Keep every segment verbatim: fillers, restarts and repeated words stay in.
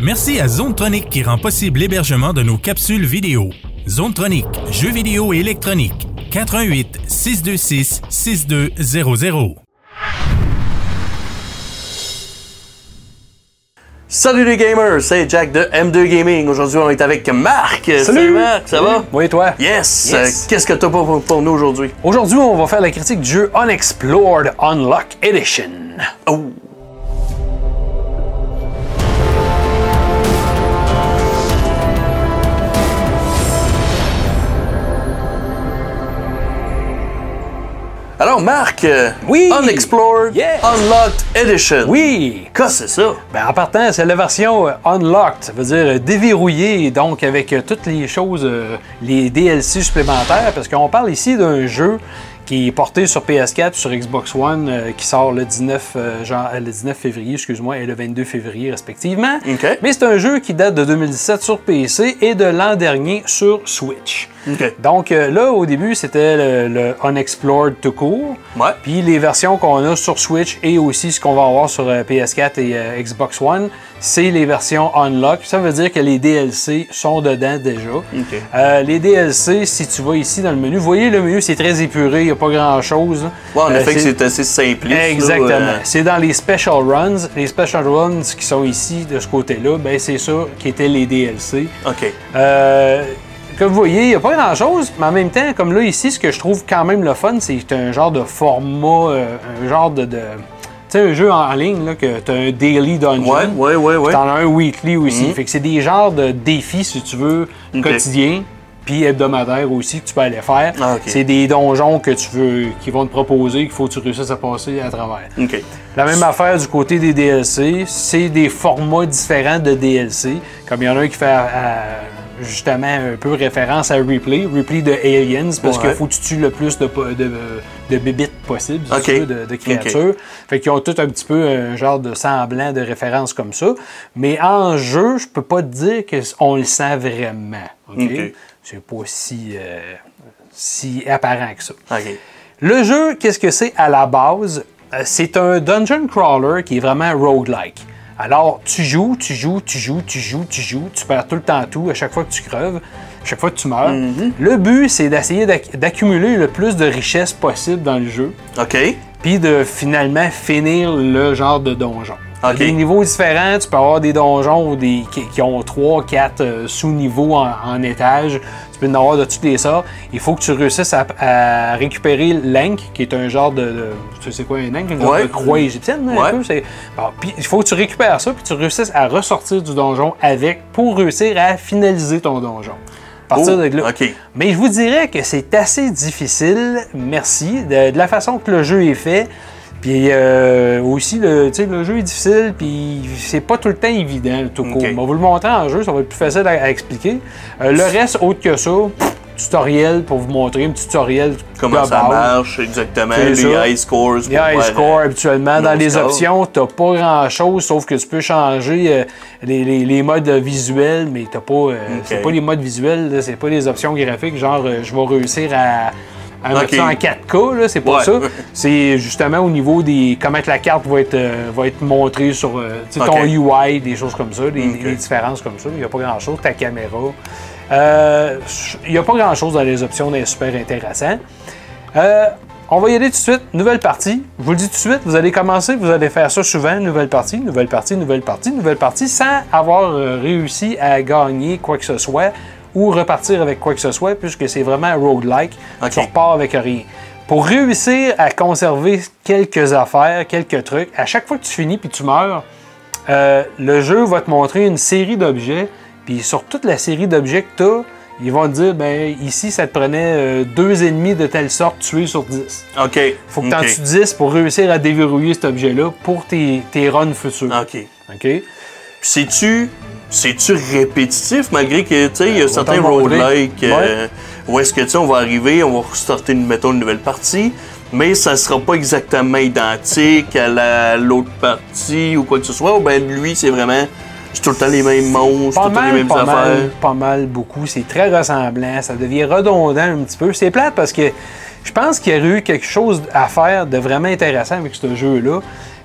Merci à ZoneTronic qui rend possible l'hébergement de nos capsules vidéo. ZoneTronic, jeux vidéo et électronique. quatre un huit, six deux six, six deux zéro zéro. Salut les gamers, c'est Jack de M deux Gaming. Aujourd'hui, on est avec Marc. Salut, Salut Marc, ça va? Oui, et toi? Yes! Yes. Euh, Qu'est-ce que t'as pour, pour nous aujourd'hui? Aujourd'hui, on va faire la critique du jeu Unexplored Unlock Edition. Oh! Alors Marc, euh, Oui! Unexplored Yes! Unlocked Edition. Oui! Qu'est-ce que c'est ça? Ben, en partant, c'est la version euh, Unlocked, ça veut dire euh, déverrouillée, donc avec euh, toutes les choses, euh, les D L C supplémentaires, parce qu'on parle ici d'un jeu qui est porté sur P S quatre, sur Xbox One, euh, qui sort le dix-neuf, euh, genre, le dix-neuf février, excuse-moi, et le vingt-deux février respectivement. OK. Mais c'est un jeu qui date de deux mille dix-sept sur P C et de l'an dernier sur Switch. OK. Donc euh, là, au début, c'était le, le Unexplored tout court. Ouais. Puis les versions qu'on a sur Switch et aussi ce qu'on va avoir sur euh, P S quatre et euh, Xbox One, c'est les versions Unlock. Ça veut dire que les D L C sont dedans déjà. OK. Euh, les D L C, si tu vas ici dans le menu, vous voyez le menu, c'est très épuré, il n'y a pas grand-chose. Ouais, en Euh, effet, c'est assez simpliste. Exactement. Là, euh, C'est dans les Special Runs. Les Special Runs qui sont ici, de ce côté-là, ben c'est ça qui étaient les D L C. OK. Euh, Comme vous voyez, il n'y a pas grand-chose, mais en même temps, comme là, ici, ce que je trouve quand même le fun, c'est un genre de format, euh, un genre de... de tu sais, un jeu en ligne, là, que tu as un daily dungeon. Ouais, ouais, ouais, ouais. Tu en as un weekly aussi. Mhm. Fait que c'est des genres de défis, si tu veux, Ok. quotidiens, puis hebdomadaires aussi, que tu peux aller faire. Ah, ok. C'est des donjons que tu veux, qui vont te proposer, qu'il faut que tu réussisses à passer à travers. OK. La même affaire du côté des D L C, c'est des formats différents de D L C. Comme il y en a un qui fait à- à- justement un peu référence à Ripley, Ripley de Aliens, parce Ouais. qu'il faut que tu tues le plus de, de, de bébites possible, si Ok. tu veux, de, de créatures. Ok. Fait qu'ils ont tout un petit peu un genre de semblant de référence comme ça. Mais en jeu, je peux pas te dire qu'on le sent vraiment. OK? Ok. C'est pas si, euh, si apparent que ça. OK. Le jeu, qu'est-ce que c'est à la base? Euh, C'est un dungeon crawler qui est vraiment roguelike. Alors, tu joues, tu joues, tu joues, tu joues, tu joues, tu perds tout le temps tout à chaque fois que tu creves, à chaque fois que tu meurs. Mm-hmm. Le but, c'est d'essayer d'ac- d'accumuler le plus de richesses possible dans le jeu, OK. puis de finalement finir le genre de donjon. Ok. Des niveaux différents, tu peux avoir des donjons ou des, qui, qui ont trois quatre euh, sous-niveaux en, en étage. Tu peux en avoir de toutes les sortes. Il faut que tu réussisses à, à récupérer l'Ankh, qui est un genre de... de tu sais quoi un Ankh? Une genre Ouais. de croix égyptienne, là, Ouais. un peu. c'est- Bon, puis il faut que tu récupères ça, puis tu réussisses à ressortir du donjon avec pour réussir à finaliser ton donjon. À partir Oh, de là. OK. Mais je vous dirais que c'est assez difficile, merci, de, de la façon que le jeu est fait. Puis euh, aussi, le, tu sais, le jeu est difficile, puis c'est pas tout le temps évident, tout court. Ok. On va vous le montrer en jeu, ça va être plus facile à, à expliquer. Euh, le reste, autre que ça, tutoriel pour vous montrer, un petit tutoriel Comment ça global. marche exactement, C'est les ça. high scores. Les high scores, habituellement, nos dans les scores. options, t'as pas grand-chose, sauf que tu peux changer euh, les, les- les modes visuels, mais t'as pas, euh, c'est pas les modes visuels, là, c'est pas les options graphiques, genre euh, je vais réussir à, à mettre Ok. ça en quatre K, là, c'est pas Ouais. ça. C'est justement au niveau des comment que la carte va être, euh, va être montrée sur euh, tu sais, ton Ok. U I, des choses comme ça, des, Ok. des différences comme ça. Il n'y a pas grand-chose, ta caméra. Euh, Il n'y a pas grand-chose dans les options, c'est super intéressant. Euh, on va y aller tout de suite. Nouvelle partie. Je vous le dis tout de suite, vous allez commencer, vous allez faire ça souvent. Nouvelle partie, nouvelle partie, nouvelle partie, nouvelle partie, sans avoir euh, réussi à gagner quoi que ce soit ou repartir avec quoi que ce soit, puisque c'est vraiment un roguelike. Ok. Tu repars avec rien. Pour réussir à conserver quelques affaires, quelques trucs, à chaque fois que tu finis puis tu meurs, euh, le jeu va te montrer une série d'objets. Puis sur toute la série d'objets que tu as, ils vont te dire, ben ici, ça te prenait euh, deux ennemis de telle sorte tués sur dix. OK. Faut que tu en OK. tues dix pour réussir à déverrouiller cet objet-là pour tes, tes runs futurs. OK. OK? C'est-tu c'est-tu répétitif malgré que tu sais il y a on va certains t'en montrer. roguelikes euh, où est-ce que tu sais on va arriver, on va restarter une mettons une nouvelle partie, mais ça sera pas exactement identique à la- l'autre partie ou quoi que ce soit, ou ben lui c'est vraiment c'est tout le temps les mêmes monstres, Pas tout le temps les mal, mêmes pas affaires. mal, pas mal, beaucoup. C'est très ressemblant. Ça devient redondant un petit peu. C'est plate parce que je pense qu'il y aurait eu quelque chose à faire de vraiment intéressant avec ce jeu-là.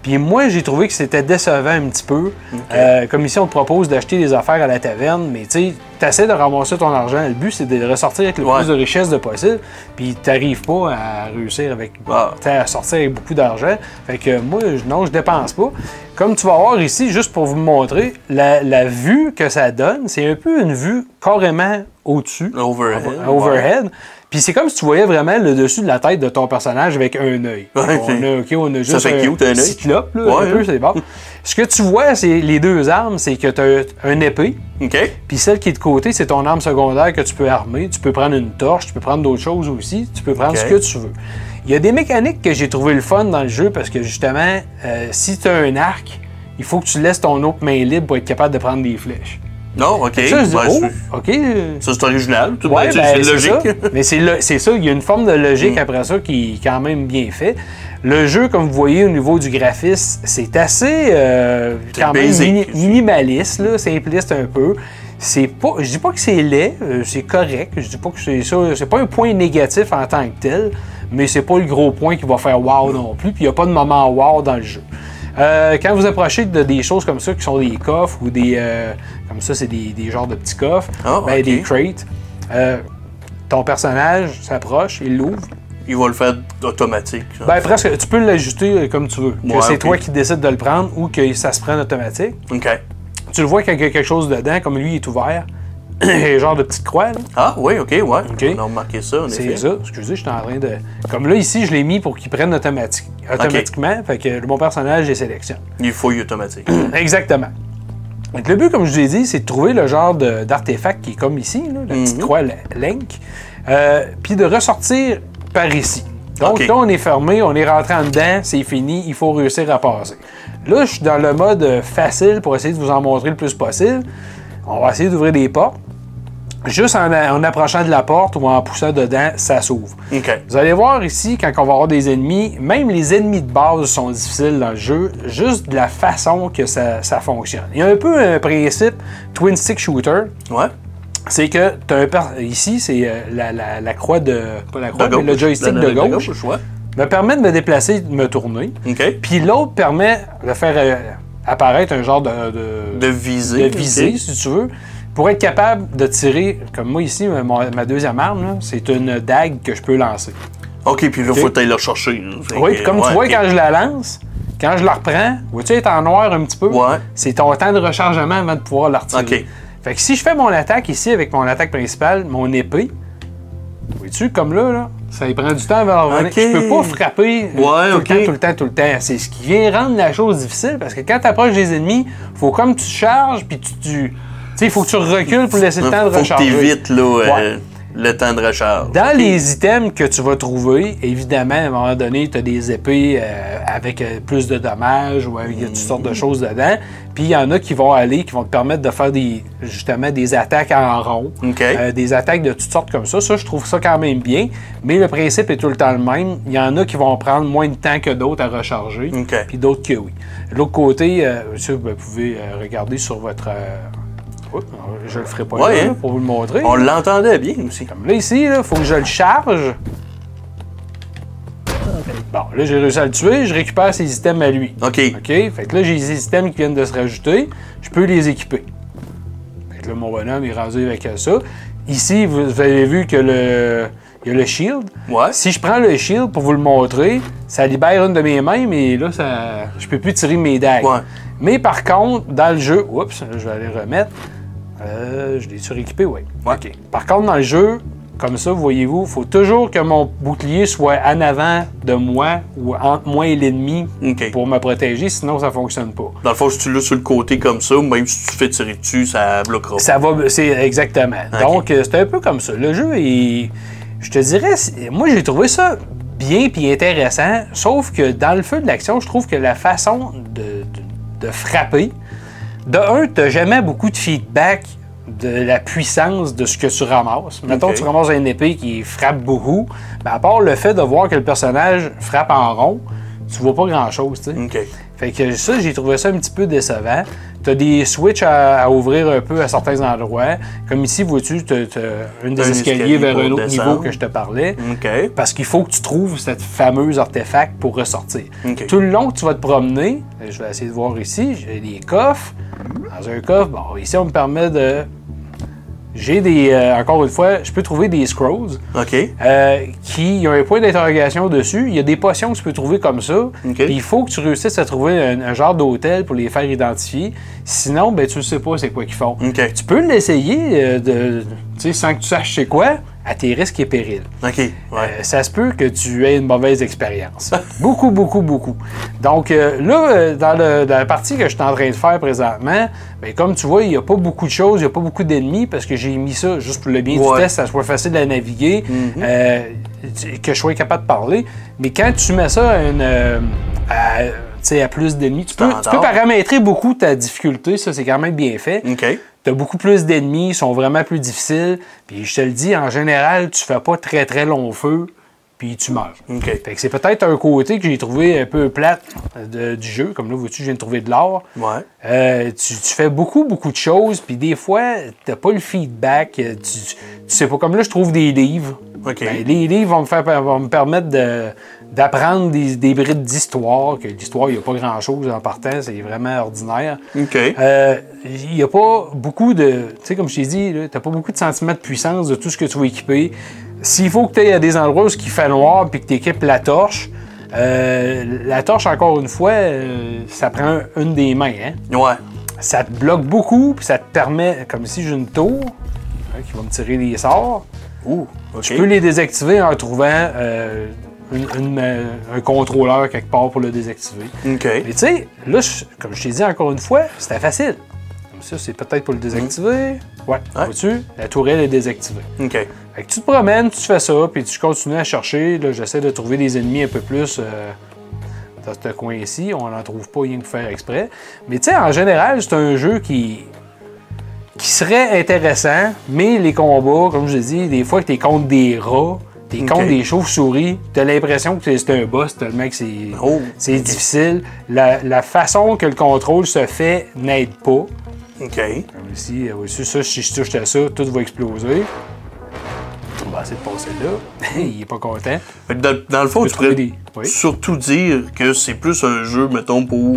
Puis moi, j'ai trouvé que c'était décevant un petit peu. Okay. Euh, comme ici, on te propose d'acheter des affaires à la taverne, mais tu sais, tu essaies de ramasser ton argent. Le but, c'est de ressortir avec le ouais. plus de richesse de possible. Puis tu n'arrives pas à réussir avec, ah. à sortir avec beaucoup d'argent. Fait que moi, non, je dépense pas. Comme tu vas voir ici, juste pour vous montrer, la, la vue que ça donne, c'est un peu une vue carrément au-dessus. Overhead. Overhead. Ouais. Puis c'est comme si tu voyais vraiment le dessus de la tête de ton personnage avec un œil. Ouais, on a, okay, on a juste ça fait un, cute, un cyclope, là, ouais, un peu, c'est bon. Ce que tu vois, c'est les deux armes, c'est que tu as un épée. Okay. Puis celle qui est de côté, c'est ton arme secondaire que tu peux armer. Tu peux prendre une torche, tu peux prendre d'autres choses aussi. Tu peux prendre okay. ce que tu veux. Il y a des mécaniques que j'ai trouvé le fun dans le jeu parce que justement, euh, si tu as un arc, il faut que tu laisses ton autre main libre pour être capable de prendre des flèches. Non, OK. Ça, dis, ben, oh, OK. Ça, c'est original. Tout ouais, ben, ben, c'est logique. Ça. Mais c'est, lo- c'est ça, il y a une forme de logique mm. après ça qui est quand même bien fait. Le jeu, comme vous voyez, au niveau du graphisme, c'est assez euh, c'est quand basic. même mini- minimaliste, là, simpliste un peu. C'est pas, je dis pas que c'est laid, euh, c'est correct. Je dis pas que c'est ça. C'est pas un point négatif en tant que tel, mais c'est pas le gros point qui va faire wow mm. non plus. Puis il n'y a pas de moment wow dans le jeu. Euh, quand vous approchez de des choses comme ça, qui sont des coffres ou des... Euh, comme ça, c'est des, des genres de petits coffres, oh, ben, okay. des crates, euh, ton personnage s'approche, il l'ouvre. Il va le faire automatique. Ça. Ben presque, tu peux l'ajuster comme tu veux. Que ouais, c'est okay. toi qui décides de le prendre ou que ça se prenne automatique. OK. Tu le vois quand il y a quelque chose dedans, comme lui, il est ouvert. Il y a un genre de petite croix, là. Ah, oui, OK, ouais. Okay. On a remarqué ça, en c'est effet. C'est ça. Excusez, je suis en train de... Comme là, ici, je l'ai mis pour qu'il prenne automatique... automatiquement. Okay. Fait que mon personnage, je sélectionne. Il fouille automatique. Exactement. Donc, le but, comme je vous ai dit, c'est de trouver le genre de, d'artefact qui est comme ici, là, la mm-hmm. petite croix Link, euh, puis de ressortir par ici. Donc okay. là, on est fermé, on est rentré en dedans, c'est fini, il faut réussir à passer. Là, je suis dans le mode facile pour essayer de vous en montrer le plus possible. On va essayer d'ouvrir des portes. Juste en, en approchant de la porte ou en poussant dedans, ça s'ouvre. Okay. Vous allez voir ici, quand on va avoir des ennemis, même les ennemis de base sont difficiles dans le jeu, juste de la façon que ça, ça fonctionne. Il y a un peu un principe twin stick shooter. Ouais. C'est que tu as un per... ici, c'est la, la, la croix de... Pas la croix, de mais le joystick la, de, de gauche. De gauche ouais. Me permet de me déplacer, de me tourner. Okay. Puis l'autre permet de faire euh, apparaître un genre de... De, de visée. De visée, okay. si tu veux. Pour être capable de tirer, comme moi ici, ma, ma deuxième arme, là, c'est une dague que je peux lancer. OK, puis là, il okay. faut aller la rechercher. Oui, puis comme ouais, tu vois, okay. quand je la lance, quand je la reprends, vois-tu être en noir un petit peu? Ouais. C'est ton temps de rechargement avant de pouvoir la retirer. OK. Fait que si je fais mon attaque ici avec mon attaque principale, mon épée, vois-tu, comme là, là, ça y prend du temps avant de revenir. Okay. Je peux pas frapper ouais, tout okay. le temps, tout le temps, tout le temps. C'est ce qui vient rendre la chose difficile parce que quand tu approches des ennemis, faut comme tu charges puis tu... tu il faut que tu recules pour laisser le temps de recharger. Faut que tu évites là, ouais. euh, le temps de recharge. Dans okay. les items que tu vas trouver, évidemment, à un moment donné, tu as des épées euh, avec euh, plus de dommages ou avec mm. toutes sortes de choses dedans. Puis il y en a qui vont aller, qui vont te permettre de faire des, justement des attaques en rond, okay. euh, des attaques de toutes sortes comme ça. Ça, je trouve ça quand même bien. Mais le principe est tout le temps le même. Il y en a qui vont prendre moins de temps que d'autres à recharger, okay. puis d'autres que oui. De l'autre côté, euh, ça, vous pouvez euh, regarder sur votre... Euh, Oups, je le ferai pas ouais, là, hein? là, pour vous le montrer. On l'entendait bien aussi. Comme là, ici, il faut que je le charge. Bon, là, j'ai réussi à le tuer. Je récupère ses items à lui. OK. OK? Fait que là, j'ai des items qui viennent de se rajouter. Je peux les équiper. Fait que là, mon bonhomme est rendu avec ça. Ici, vous avez vu que le... Il y a le shield. Ouais. Si je prends le shield pour vous le montrer, ça libère une de mes mains, mais là, ça... je peux plus tirer mes dagues. Ouais. Mais par contre, dans le jeu... Oups, là, je vais aller remettre. Euh, je l'ai suréquipé, oui. Ouais. OK. Par contre, dans le jeu, comme ça, voyez-vous, il faut toujours que mon bouclier soit en avant de moi ou entre moi et l'ennemi okay. pour me protéger, sinon ça ne fonctionne pas. Dans le fond, si tu l'as sur le côté comme ça, même si tu fais tirer dessus, ça bloquera. Ça va, c'est exactement. Okay. Donc, c'est un peu comme ça. Le jeu est... Je te dirais, moi, j'ai trouvé ça bien et intéressant, sauf que dans le feu de l'action, je trouve que la façon de, de, de frapper, de un, tu n'as jamais beaucoup de feedback de la puissance de ce que tu ramasses. Mettons que okay. tu ramasses une épée qui frappe beaucoup, ben à part le fait de voir que le personnage frappe en rond, tu vois pas grand-chose, tu sais. Okay. Fait que ça, j'ai trouvé ça un petit peu décevant. Tu as des switches à, à ouvrir un peu à certains endroits. Comme ici, vois-tu, tu as une des un escaliers escalier vers un autre descendre. niveau que je te parlais. OK. Parce qu'il faut que tu trouves cette fameuse artefact pour ressortir. OK. Tout le long que tu vas te promener, je vais essayer de voir ici, j'ai des coffres. Dans un coffre, bon, ici, on me permet de... J'ai des... Euh, encore une fois, je peux trouver des scrolls. OK. Euh, qui ont un point d'interrogation dessus. Il y a des potions que tu peux trouver comme ça. Okay. Puis il faut que tu réussisses à trouver un, un genre d'hôtel pour les faire identifier. Sinon, ben, tu ne sais pas c'est quoi qu'ils font. OK. Tu peux l'essayer euh, de, tu sais, sans que tu saches c'est quoi, à tes risques et périls. OK. Ouais. Euh, ça se peut que tu aies une mauvaise expérience. beaucoup, beaucoup, beaucoup. Donc euh, là, euh, dans, le, dans la partie que je suis en train de faire présentement, ben, comme tu vois, il n'y a pas beaucoup de choses, il n'y a pas beaucoup d'ennemis parce que j'ai mis ça juste pour le bien Ouais. du test, ça soit facile à naviguer, Mm-hmm. euh, que je sois capable de parler. Mais quand tu mets ça à, une, euh, à, tu sais, à plus d'ennemis, tu peux, tu peux paramétrer beaucoup ta difficulté, ça c'est quand même bien fait. OK. Tu as beaucoup plus d'ennemis, ils sont vraiment plus difficiles. Puis je te le dis, en général, tu fais pas très très long feu, puis tu meurs. OK. Fait que c'est peut-être un côté que j'ai trouvé un peu plate de- du jeu. Comme là, vois-tu, je viens de trouver de l'or. Ouais. Euh, tu, tu fais beaucoup, beaucoup de choses, puis des fois, t'as pas le feedback. Tu, tu, tu sais pas, comme là, je trouve des livres. OK. Ben, les livres vont me, faire, vont me permettre de, d'apprendre des, des brides d'histoire, que l'histoire, il n'y a pas grand-chose en partant, c'est vraiment ordinaire. OK. Euh, Il n'y a pas beaucoup de... Tu sais, comme je t'ai dit, tu n'as pas beaucoup de sentiments de puissance de tout ce que tu vas équiper. S'il faut que tu ailles à des endroits où il fait noir puis que tu équipes la torche, euh, la torche, encore une fois, euh, ça prend une des mains. Hein? Ouais. Ça te bloque beaucoup, puis ça te permet, comme ici j'ai une tour hein, qui va me tirer les sorts. Ouh. OK. Tu peux les désactiver en trouvant euh, une- une, euh, un contrôleur quelque part pour le désactiver. OK. Mais tu sais, là, je- comme je t'ai dit encore une fois, c'était facile. Comme ça, c'est peut-être pour le désactiver. Ouais, Ouais. vois-tu? La tourelle est désactivée. OK. Fait que tu te promènes, tu fais ça, puis tu continues à chercher. Là, j'essaie de trouver des ennemis un peu plus euh, dans ce coin-ci. On n'en trouve pas rien que faire exprès. Mais tu sais, en général, c'est un jeu qui qui serait intéressant, mais les combats, comme je dis, des fois que t'es contre des rats, t'es Ok. contre des chauves-souris, t'as l'impression que c'est un boss tellement que c'est Oh, c'est ok. difficile. La, la façon que le contrôle se fait n'aide pas. OK. Comme ici, euh, ici, ça, si je touche à ça, tout va exploser. On va essayer de passer là. Il est pas content. Fait que dans, dans le fond, peux tu pourrais trouver des- oui. surtout dire que c'est plus un jeu, mettons, pour...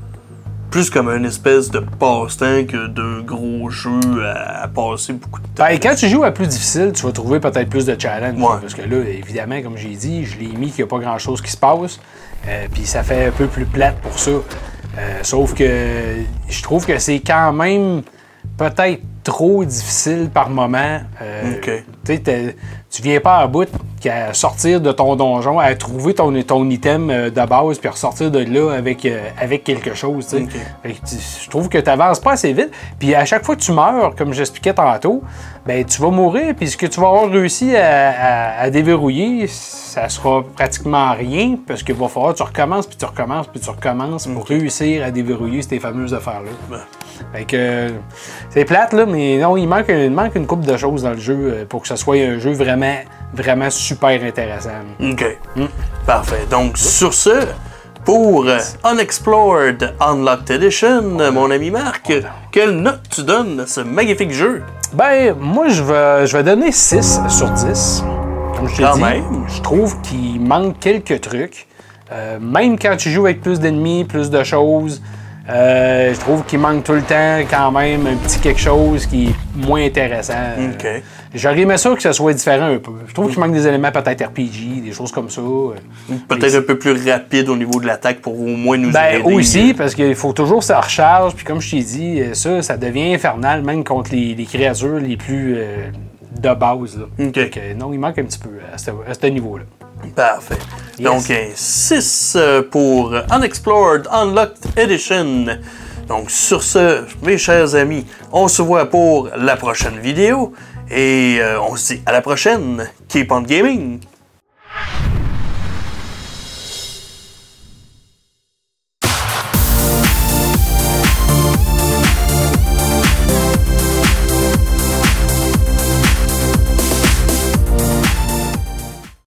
Plus comme une espèce de passe-temps que d'un gros jeu à, à passer beaucoup de temps. Ben, quand tu joues à plus difficile, tu vas trouver peut-être plus de challenge. Ouais. Parce que là, évidemment, comme j'ai dit, je l'ai mis qu'il n'y a pas grand-chose qui se passe. Euh, Puis ça fait un peu plus plate pour ça. Euh, sauf que je trouve que c'est quand même peut-être trop difficile par moment. Euh, OK. tu sais, t'es- tu viens pas à bout qu'à sortir de ton donjon, à trouver ton, ton item euh, de base, puis ressortir de là avec, euh, avec quelque chose. tu sais. OK. Fait que tu- je trouve que tu n'avances pas assez vite. Puis à chaque fois que tu meurs, comme j'expliquais tantôt, ben tu vas mourir, puis ce que tu vas avoir réussi à, à- à déverrouiller, ça sera pratiquement rien, parce qu'il va falloir que tu recommences, puis tu recommences, puis tu recommences pour réussir à déverrouiller ces fameuses affaires-là. Ben. Fait que euh, c'est plate, là, mais non, il manque, il manque une couple de choses dans le jeu euh, pour que ce soit un jeu vraiment, vraiment super intéressant. OK. Parfait. Donc, sur ce, pour euh, Unexplored Unlocked Edition, euh, mon ami Marc, quelle note tu donnes à ce magnifique jeu? Ben, moi, je vais, je vais donner six sur dix. Comme je t'ai Quand dit, même. je trouve qu'il manque quelques trucs. Euh, même quand tu joues avec plus d'ennemis, plus de choses, euh, je trouve qu'il manque tout le temps quand même un petit quelque chose qui est moins intéressant. Euh, OK. J'aurais aimé ça que ça soit différent un peu. Je trouve qu'il manque des éléments peut-être R P G, des choses comme ça. Peut-être un peu plus rapide au niveau de l'attaque pour au moins nous Ben aider. aussi, parce qu'il faut toujours ça recharge, puis comme je t'ai dit, ça, ça devient infernal même contre les, les créatures les plus euh, de base. Là. OK. Fait que, non, il manque un petit peu à ce, à ce niveau-là. Parfait. Yes. Donc, un six pour Unexplored Unlocked Edition. Donc, sur ce, mes chers amis, on se voit pour la prochaine vidéo. Et euh, on se dit à la prochaine. Keep on gaming!